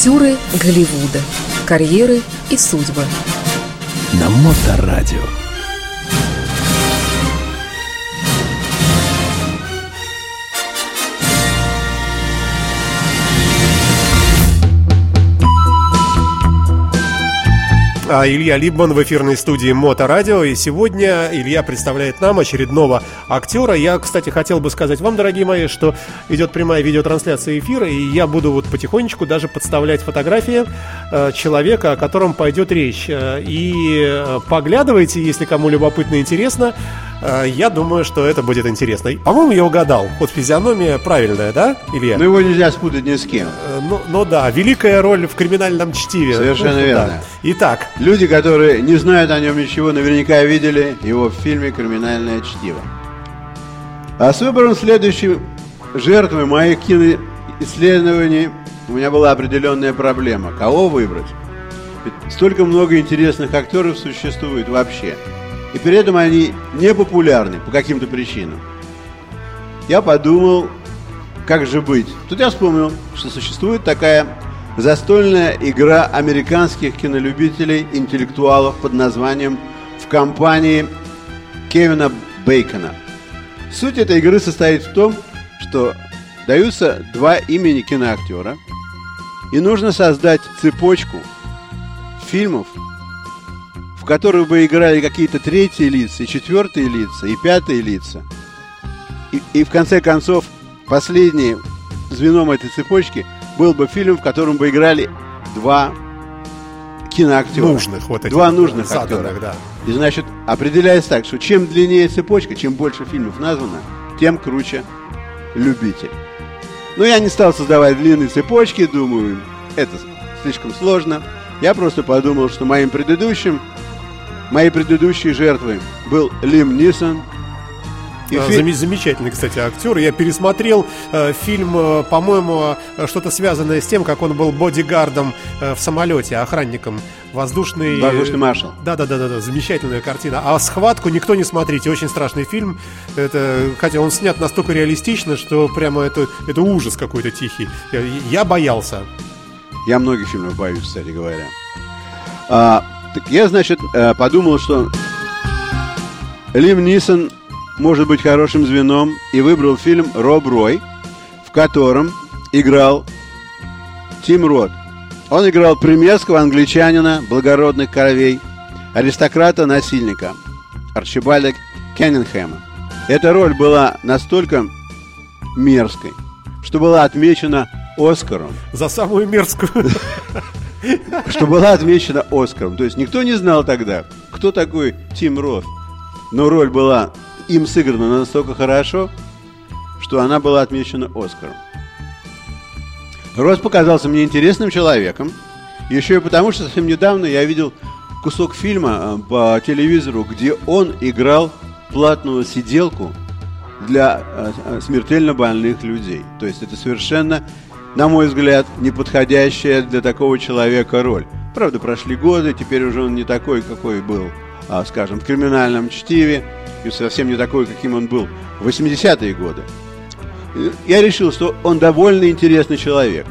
Актеры Голливуда. Карьеры и судьбы. На Моторадио. Илья Либман в эфирной студии Моторадио. И сегодня Илья представляет нам очередного актера. Я, кстати, хотел бы сказать вам, дорогие мои, что идет прямая видеотрансляция эфира, и я буду вот потихонечку даже подставлять фотографии человека, о котором пойдет речь. И поглядывайте, если кому любопытно и интересно. Я думаю, что это будет интересно. По-моему, я угадал. Вот физиономия правильная, да, Илья? Ну, его нельзя спутать ни с кем. Ну да, великая роль в «Криминальном чтиве». Совершенно верно. Да. Итак. Люди, которые не знают о нем ничего, наверняка видели его в фильме «Криминальное чтиво». А с выбором следующей жертвы моих киноисследований у меня была определенная проблема. Кого выбрать? Ведь столько много интересных актеров существует вообще. И при этом они не популярны по каким-то причинам. Я подумал, как же быть. Тут я вспомнил, что существует такая застольная игра американских кинолюбителей, интеллектуалов под названием «В компании Кевина Бейкона». Суть этой игры состоит в том, что даются два имени киноактера, и нужно создать цепочку фильмов, в которых бы играли какие-то третьи лица, и четвертые лица, и пятые лица. И в конце концов, последним звеном этой цепочки был бы фильм, в котором бы играли два киноактера. Нужных, вот этих. Два нужных актера. Да. И значит, определяется так, что чем длиннее цепочка, чем больше фильмов названо, тем круче любитель. Но я не стал создавать длинные цепочки, думаю, это слишком сложно. Я просто подумал, что моей предыдущей жертвой был Лим Нисон. Замечательный, кстати, актер. Я пересмотрел фильм, по-моему, что-то связанное с тем, как он был бодигардом в самолете, охранником. Воздушный маршал. Да, замечательная картина. А «Схватку» никто не смотрите. Очень страшный фильм. Хотя он снят настолько реалистично, что прямо это ужас какой-то тихий. Я боялся. Я многих фильмов боюсь, кстати говоря. Так я, значит, подумал, что Лим Нисон может быть хорошим звеном, и выбрал фильм «Роб Рой», в котором играл Тим Рот. Он играл примерского англичанина благородных кровей, аристократа-насильника Арчибальда Кеннингхэма. Эта роль была настолько мерзкой, что была отмечена Оскаром. За самую мерзкую. Что была отмечена Оскаром. То есть никто не знал тогда, кто такой Тим Рот. Но роль была им сыграна настолько хорошо, что она была отмечена Оскаром. Рот показался мне интересным человеком. Еще и потому, что совсем недавно я видел кусок фильма по телевизору, где он играл платную сиделку для смертельно больных людей. То есть это совершенно, на мой взгляд, неподходящая для такого человека роль. Правда, прошли годы, теперь уже он не такой, какой был, скажем, в «Криминальном чтиве», и совсем не такой, каким он был в 80-е годы. Я решил, что он довольно интересный человек.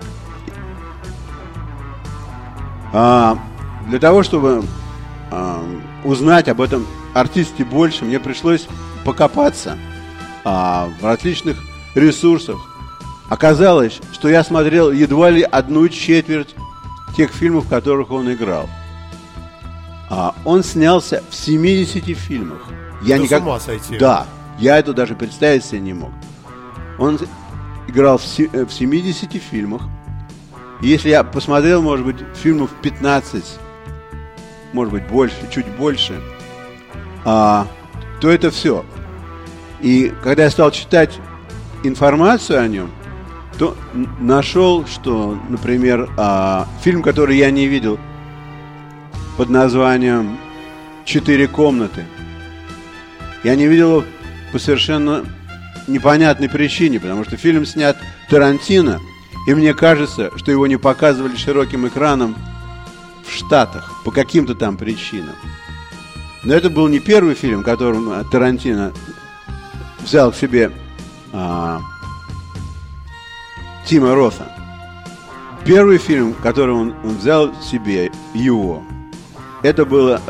Для того, чтобы узнать об этом артисте больше, мне пришлось покопаться в различных ресурсах. Оказалось, что я смотрел едва ли 1/4 тех фильмов, в которых он играл. Он снялся в 70 фильмах. С ума сойти. Да, я это даже представить себе не мог. Он играл в 70 фильмах. И если я посмотрел, может быть, фильмов 15, может быть, больше, чуть больше, то это все. И когда я стал читать информацию о нем, то нашел, что, например, фильм, который я не видел, под названием «4 комнаты», я не видел его по совершенно непонятной причине, потому что фильм снят Тарантино, и мне кажется, что его не показывали широким экраном в Штатах по каким-то там причинам. Но это был не первый фильм, которым Тарантино взял к себе Тима Рота. Первый фильм, который он взял себе, его, это было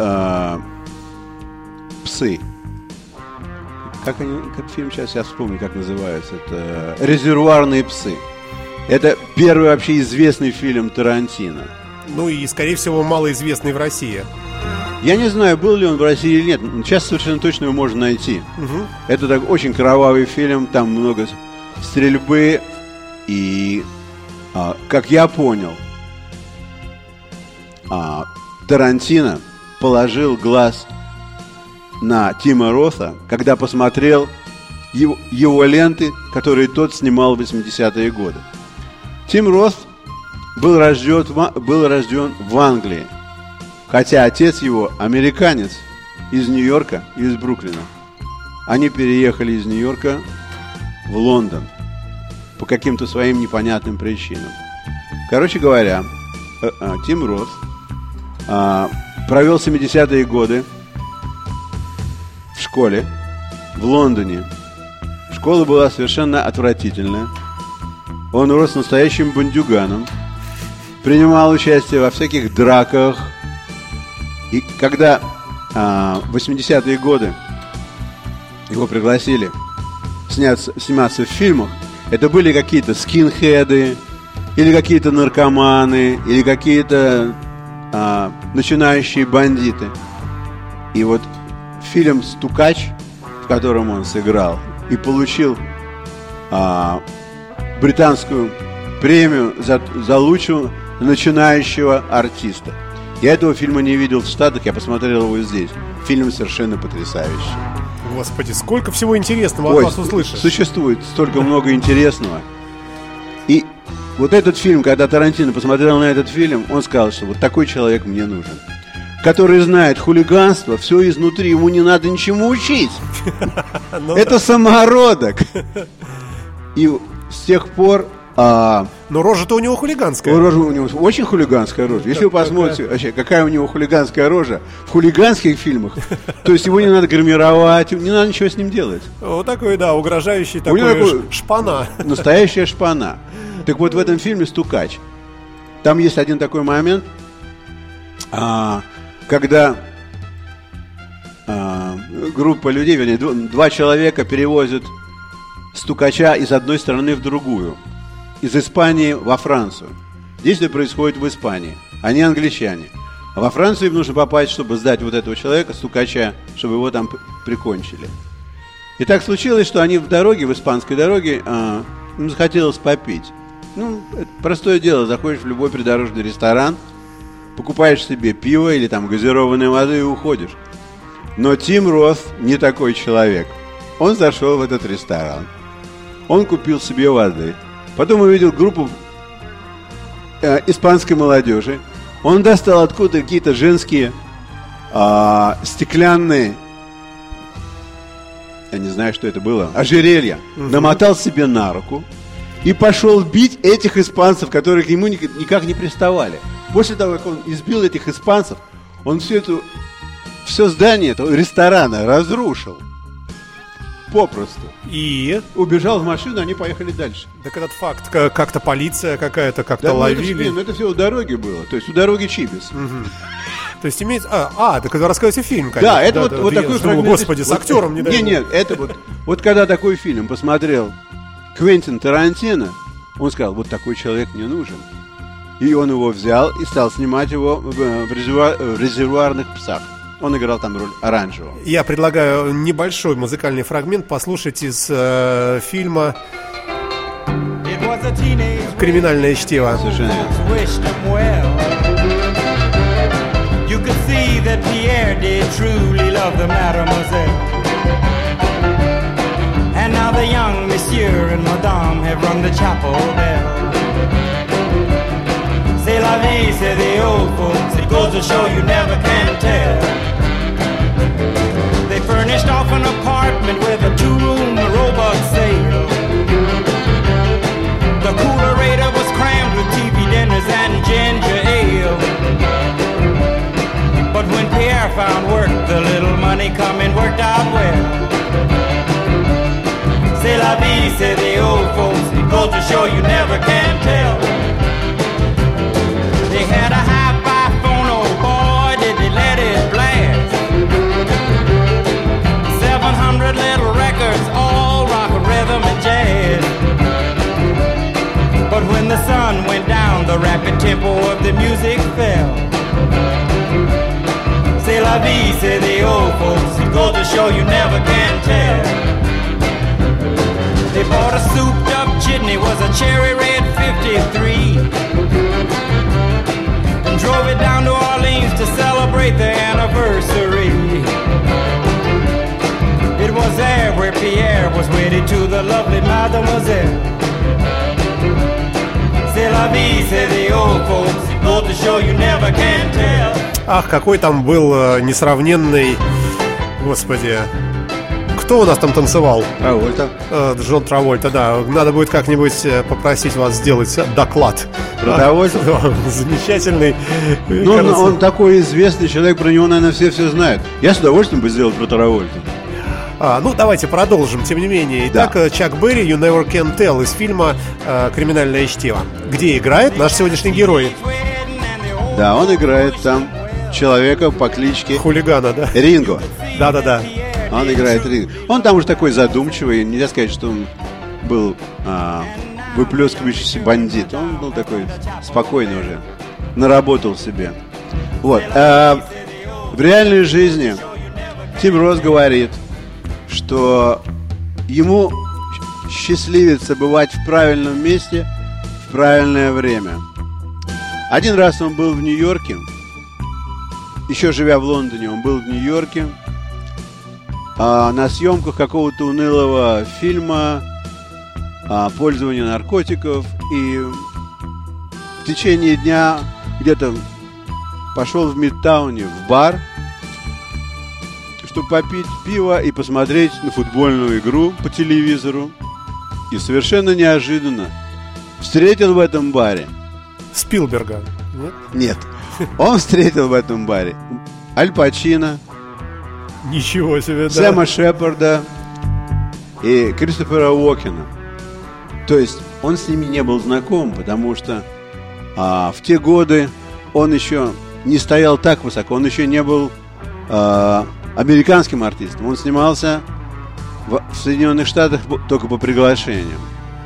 «Псы». Как фильм, сейчас я вспомню, как называется. Это «Резервуарные псы». Это первый вообще известный фильм Тарантино. Ну и, скорее всего, малоизвестный в России. Я не знаю, был ли он в России или нет. Сейчас совершенно точно его можно найти. Это так, очень кровавый фильм. Там много стрельбы. И, как я понял, Тарантино положил глаз на Тима Рота, когда посмотрел его ленты, которые тот снимал в 80-е годы. Тим Рот был рожден в Англии, хотя отец его американец из Нью-Йорка и из Бруклина. Они переехали из Нью-Йорка в Лондон по каким-то своим непонятным причинам. Короче говоря, Тим Рот провел 70-е годы в школе в Лондоне. Школа была совершенно отвратительная. Он рос настоящим бандюганом, принимал участие во всяких драках. И когда в 80-е годы его пригласили сниматься в фильмах, это были какие-то скинхеды, или какие-то наркоманы, или какие-то начинающие бандиты. И вот фильм «Стукач», в котором он сыграл и получил британскую премию за лучшего начинающего артиста. Я этого фильма не видел в Штатах, я посмотрел его здесь. Фильм совершенно потрясающий. Господи, сколько всего интересного от вас услышишь. Существует столько много интересного. И вот этот фильм, когда Тарантино посмотрел на этот фильм, он сказал, что вот такой человек мне нужен, который знает хулиганство, все изнутри, ему не надо ничему учить. Это самородок. И с тех пор... Но рожа-то у него хулиганская. Рожа у него очень хулиганская рожа. Если вы посмотрите, вообще, какая у него хулиганская рожа в хулиганских фильмах, то есть его не надо гримировать, не надо ничего с ним делать. Вот такой, да, угрожающий такой шпана. Настоящая шпана. Так вот в этом фильме «Стукач» там есть один такой момент, когда группа людей, вернее, два человека перевозят стукача из одной страны в другую. Из Испании во Францию. Действие происходит в Испании. Они англичане. А во Францию им нужно попасть, чтобы сдать вот этого человека, стукача, чтобы его там прикончили. И так случилось, что они в дороге, в испанской дороге, им захотелось попить. Ну, это простое дело. Заходишь в любой придорожный ресторан, покупаешь себе пиво или там газированной воды и уходишь. Но Тим Рот не такой человек. Он зашел в этот ресторан. Он купил себе воды. Потом увидел группу испанской молодежи. Он достал откуда-то какие-то женские стеклянные, я не знаю, что это было, ожерелья. Намотал себе на руку и пошел бить этих испанцев, которые к нему никак не приставали. После того, как он избил этих испанцев, он все здание этого ресторана разрушил. Попросту. И убежал в машину, они поехали дальше. Так этот факт, как-то полиция какая-то как-то ловили. Это все у дороги было. То есть у дороги Чибис. То есть имеется... так это рассказывается фильм, конечно. Да, это вот такой фрагмент. Господи, с актером не дай. Нет, это вот когда такой фильм посмотрел Квентин Тарантино, он сказал, вот такой человек мне нужен. И он его взял и стал снимать его в «Резервуарных псах». Он играл там роль оранжевого. Я предлагаю небольшой музыкальный фрагмент послушать из фильма «Криминальное чтиво». Совершенно C'est la vie, say the old folks. It goes to show you never can tell. They furnished off an apartment with a two-room robot sale. The coolerator was crammed with TV dinners and ginger ale. But when Pierre found work, the little money coming worked out well. C'est la vie, say the old folks. It goes to show you never can tell. the music fell. C'est la vie, say the old folks. It goes to show you never can tell. They bought a souped up jitney, was a cherry red 53, and drove it down to Orleans to celebrate their anniversary. It was there where Pierre was wedded to the lovely mademoiselle. C'est la vie, say the old folks. It goes to show you never can tell. Ах, какой там был несравненный, господи, кто у нас там танцевал? Травольта. Джон Травольта, да. Надо будет как-нибудь попросить вас сделать доклад. Про Травольту? Замечательный. Ну, он такой известный человек, про него, наверное, все знают. Я с удовольствием бы сделал про Травольту. Ну, давайте продолжим, тем не менее. Итак, да. Чак Берри, You Never Can Tell из фильма «Криминальное чтиво», где играет наш сегодняшний герой. Да, он играет там человека по кличке хулигана, да? Ринго. Да-да-да. Он играет Ринго. Он там уже такой задумчивый. Нельзя сказать, что он был выплескивающийся бандит. Он был такой спокойный уже. Наработал себе. Вот. В реальной жизни Тим Росс говорит, что ему счастливится бывать в правильном месте в правильное время. Один раз он был в Нью-Йорке. Еще живя в Лондоне, он был в Нью-Йорке на съемках какого-то унылого фильма о пользовании наркотиков. И в течение дня где-то пошел в Мидтауне в бар, чтобы попить пиво и посмотреть на футбольную игру по телевизору. И совершенно неожиданно встретил в этом баре Спилберга. Нет. Он встретил в этом баре Аль Пачино, ничего себе, да. Сэма Шепарда и Кристофера Уокена. То есть он с ними не был знаком, потому что в те годы он еще не стоял так высоко. Он еще не был американским артистом. Он снимался в Соединенных Штатах только по приглашениям.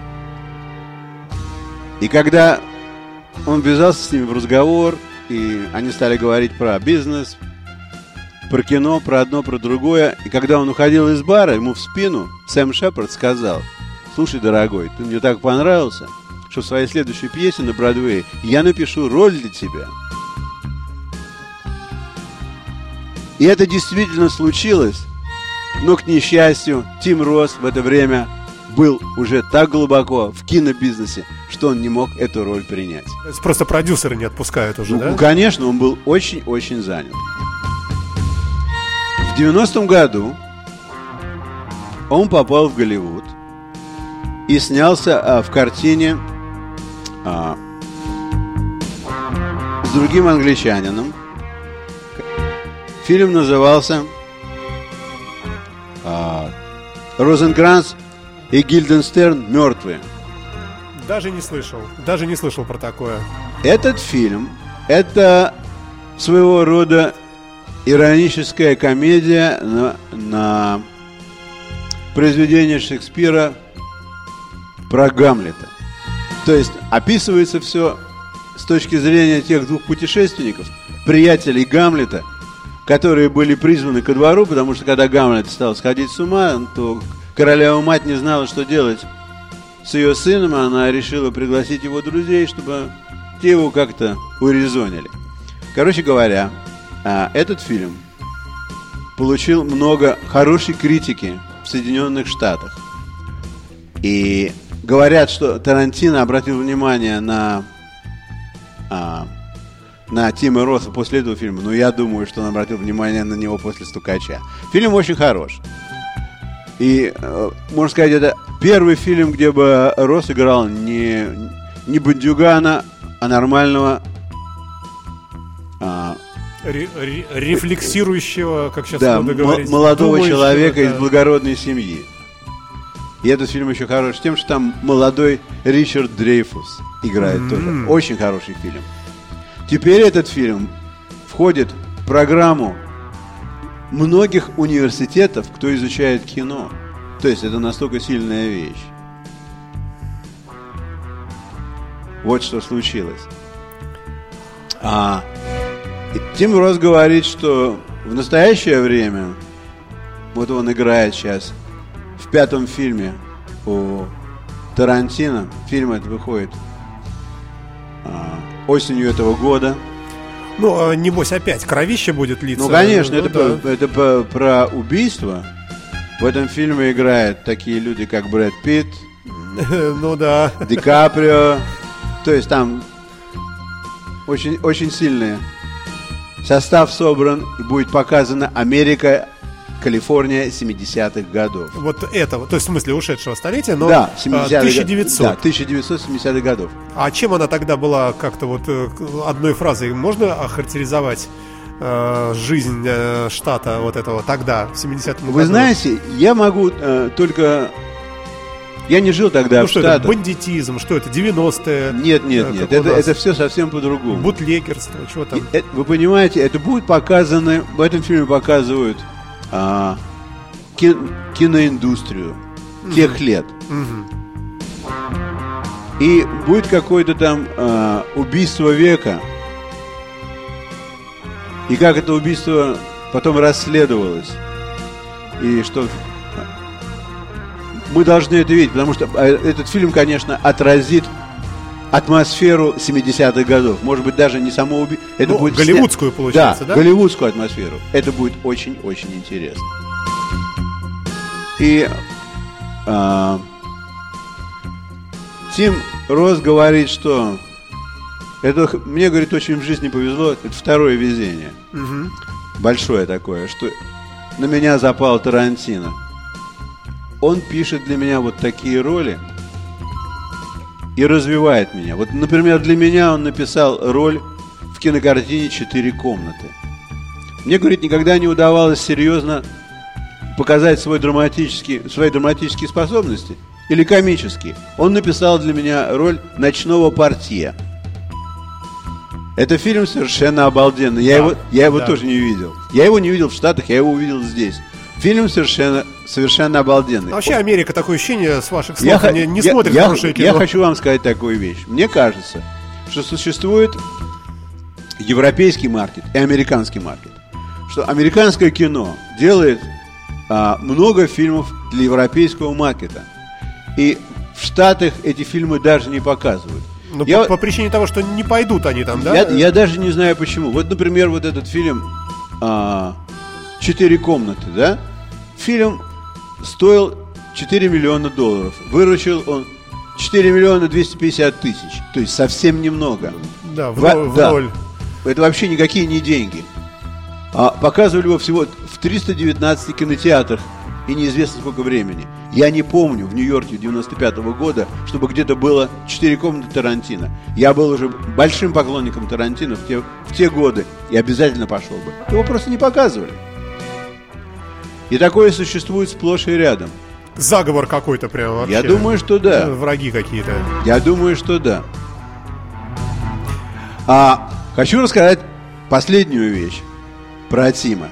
И когда он ввязался с ними в разговор, и они стали говорить про бизнес, про кино, про одно, про другое. И когда он уходил из бара, ему в спину Сэм Шепард сказал: слушай, дорогой, ты мне так понравился, что в своей следующей пьесе на Бродвее я напишу роль для тебя. И это действительно случилось. Но, к несчастью, Тим Росс в это время был уже так глубоко в кинобизнесе, что он не мог эту роль принять. Просто продюсеры не отпускают уже, да? Ну, конечно, он был очень-очень занят. В 90-м году он попал в Голливуд и снялся в картине с другим англичанином. Фильм назывался «Розенкранц и Гильденстерн мертвые». Даже не слышал про такое. Этот фильм – это своего рода ироническая комедия на произведение Шекспира про Гамлета. То есть описывается все с точки зрения тех двух путешественников, приятелей Гамлета, которые были призваны ко двору, потому что когда Гамлет стал сходить с ума, то королева мать не знала, что делать с ее сыном, она решила пригласить его друзей, чтобы те его как-то урезонили. Короче говоря, этот фильм получил много хорошей критики в Соединенных Штатах. И говорят, что Тарантино обратил внимание на Тима Росса после этого фильма, но я думаю, что он обратил внимание на него после «Стукача». Фильм очень хорош. И, можно сказать, это первый фильм, где бы Росс играл не бандюгана, а нормального рефлексирующего, как сейчас надо говорить, молодого человека из благородной семьи. И этот фильм еще хорош тем, что там молодой Ричард Дрейфус играет тоже. Очень хороший фильм. Теперь этот фильм входит в программу многих университетов, кто изучает кино. То есть это настолько сильная вещь. Вот что случилось. И Тим Росс говорит, что в настоящее время, вот он играет сейчас в 5-м фильме у Тарантино. Фильм этот выходит осенью этого года. Ну, небось, опять кровище будет литься. Ну, конечно, Ну, это про убийство. В этом фильме играют такие люди, как Брэд Питт, Ну да. Ди Каприо. То есть там очень, очень сильные. Состав собран, и будет показана Америка, Калифорния 70-х годов. Вот этого, то есть в смысле ушедшего столетия, но Да, 70-х 1900. Да, 1970-х годов. А чем она тогда была как-то вот одной фразой можно охарактеризовать жизнь штата вот этого тогда, в 70-м году? Вы знаете, я могу только... Я не жил тогда Ну в что Штатах. это, бандитизм, что это, 90-е? Нет, как у нас? это все совсем по-другому. Бутлегерство, что там? Вы понимаете, это будет показано, в этом фильме показывают киноиндустрию тех лет. И будет какое-то там убийство века. И как это убийство потом расследовалось. И что... Мы должны это видеть, потому что этот фильм, конечно, отразит атмосферу 70-х годов. Может быть, даже не само убийство. Это будет голливудскую, получается, да? голливудскую атмосферу. Это будет очень-очень интересно. И Тим Росс говорит, что это, мне, говорит, очень в жизни повезло. Это второе везение. Большое такое, что на меня запал Тарантино. Он пишет для меня вот такие роли и развивает меня. Вот, например, для меня он написал роль в кинокартине «Четыре комнаты». Мне, говорит, никогда не удавалось серьезно показать свои драматические способности или комические. Он написал для меня роль ночного портье. Это фильм совершенно обалденный. Я его тоже не видел. Я его не видел в Штатах, я его увидел здесь. Фильм совершенно обалденный. А вообще Америка, такое ощущение, с ваших слов, не смотрит хорошее кино. Я хочу вам сказать такую вещь. Мне кажется, что существует европейский маркет и американский маркет. Что американское кино делает много фильмов для европейского маркета. И в Штатах эти фильмы даже не показывают. Ну, по причине того, что не пойдут они там, да? Я даже не знаю почему. Вот, например, вот этот фильм «Четыре комнаты», да? Фильм стоил $4 миллиона. Выручил он 4 миллиона 250 тысяч. То есть совсем немного. Да, в ноль. Это вообще никакие не деньги. Показывали его всего в 319 кинотеатрах. И неизвестно сколько времени. Я не помню в Нью-Йорке 95-го года, чтобы где-то было 4 комнаты Тарантино. Я был уже большим поклонником Тарантино в те годы. И обязательно пошел бы. Его просто не показывали. И такое существует сплошь и рядом. Заговор какой-то прям вообще. Я думаю, что да. Враги какие-то. Я думаю, что да. Хочу рассказать последнюю вещь про Тима.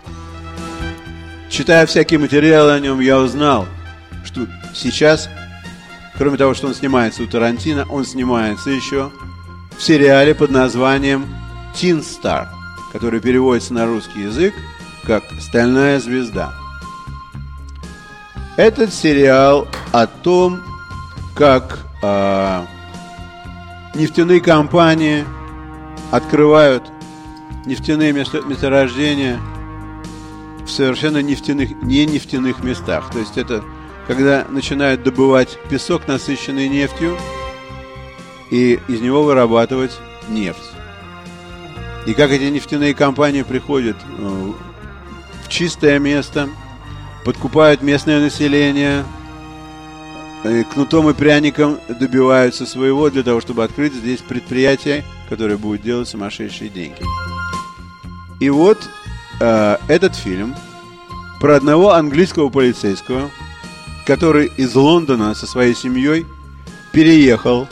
Читая всякие материалы о нем, я узнал, что сейчас, кроме того, что он снимается у Тарантино, он снимается еще в сериале под названием «Teen Star», который переводится на русский язык как «Стальная звезда». Этот сериал о том, как нефтяные компании открывают нефтяные месторождения в совершенно не нефтяных местах. То есть это когда начинают добывать песок, насыщенный нефтью, и из него вырабатывать нефть. И как эти нефтяные компании приходят в чистое место, подкупают местное население, кнутом и пряником добиваются своего для того, чтобы открыть здесь предприятие, которое будет делать сумасшедшие деньги. И вот этот фильм про одного английского полицейского, который из Лондона со своей семьей переехал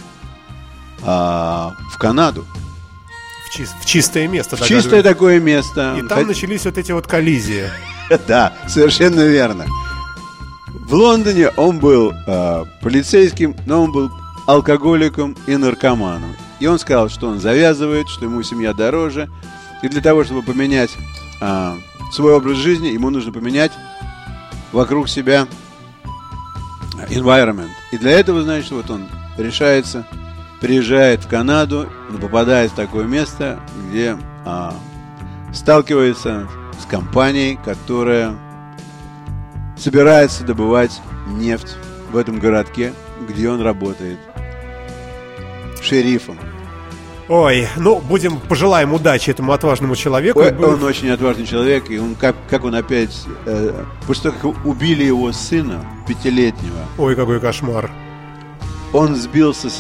в Канаду. В чистое место. В чистое такое место. И там начались вот эти вот коллизии. Да, совершенно верно. В Лондоне он был полицейским, но он был алкоголиком и наркоманом. И он сказал, что он завязывает, что ему семья дороже. И для того, чтобы поменять свой образ жизни, ему нужно поменять вокруг себя environment. И для этого, значит, вот он решается, приезжает в Канаду, попадает в такое место, где сталкивается с компанией, которая собирается добывать нефть в этом городке, где он работает шерифом. Ой, ну, пожелаем удачи этому отважному человеку. Он очень отважный человек, и он, как он опять, после того, как убили его сына, 5-летнего. Ой, какой кошмар. Он сбился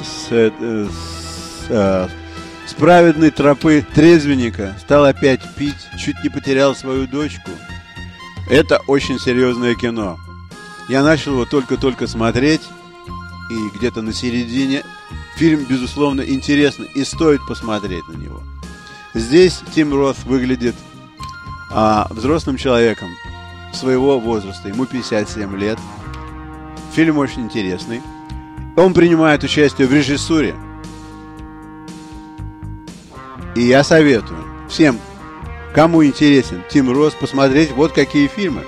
с праведной тропы трезвенника, стал опять пить, чуть не потерял свою дочку. Это очень серьезное кино. Я начал его только-только смотреть, и где-то на середине фильм, безусловно, интересный, и стоит посмотреть на него. Здесь Тим Рот выглядит взрослым человеком своего возраста, ему 57 лет. Фильм очень интересный. Он принимает участие в режиссуре. И я советую всем, кому интересен Тим Рот, посмотреть вот какие фильмы.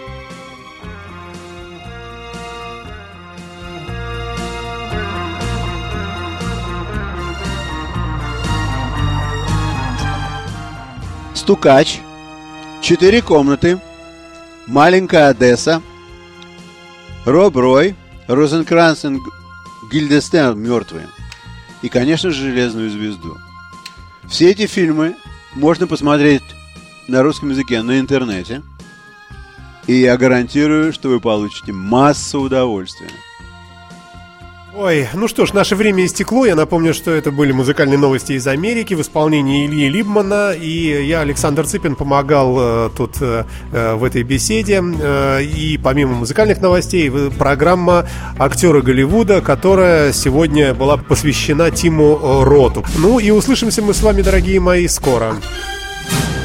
«Стукач», «4 комнаты», «Маленькая Одесса», «Роб Рой», «Розенкранц и Гильденстерн мертвые» и, конечно же, «Железную звезду». Все эти фильмы можно посмотреть на русском языке на интернете, и я гарантирую, что вы получите массу удовольствия. Ой, ну что ж, наше время истекло. Я напомню, что это были музыкальные новости из Америки в исполнении Ильи Либмана. И я, Александр Цыпин, помогал тут в этой беседе. И помимо музыкальных новостей, программа «Актеры Голливуда», которая сегодня была посвящена Тиму Роту. Ну и услышимся мы с вами, дорогие мои, скоро.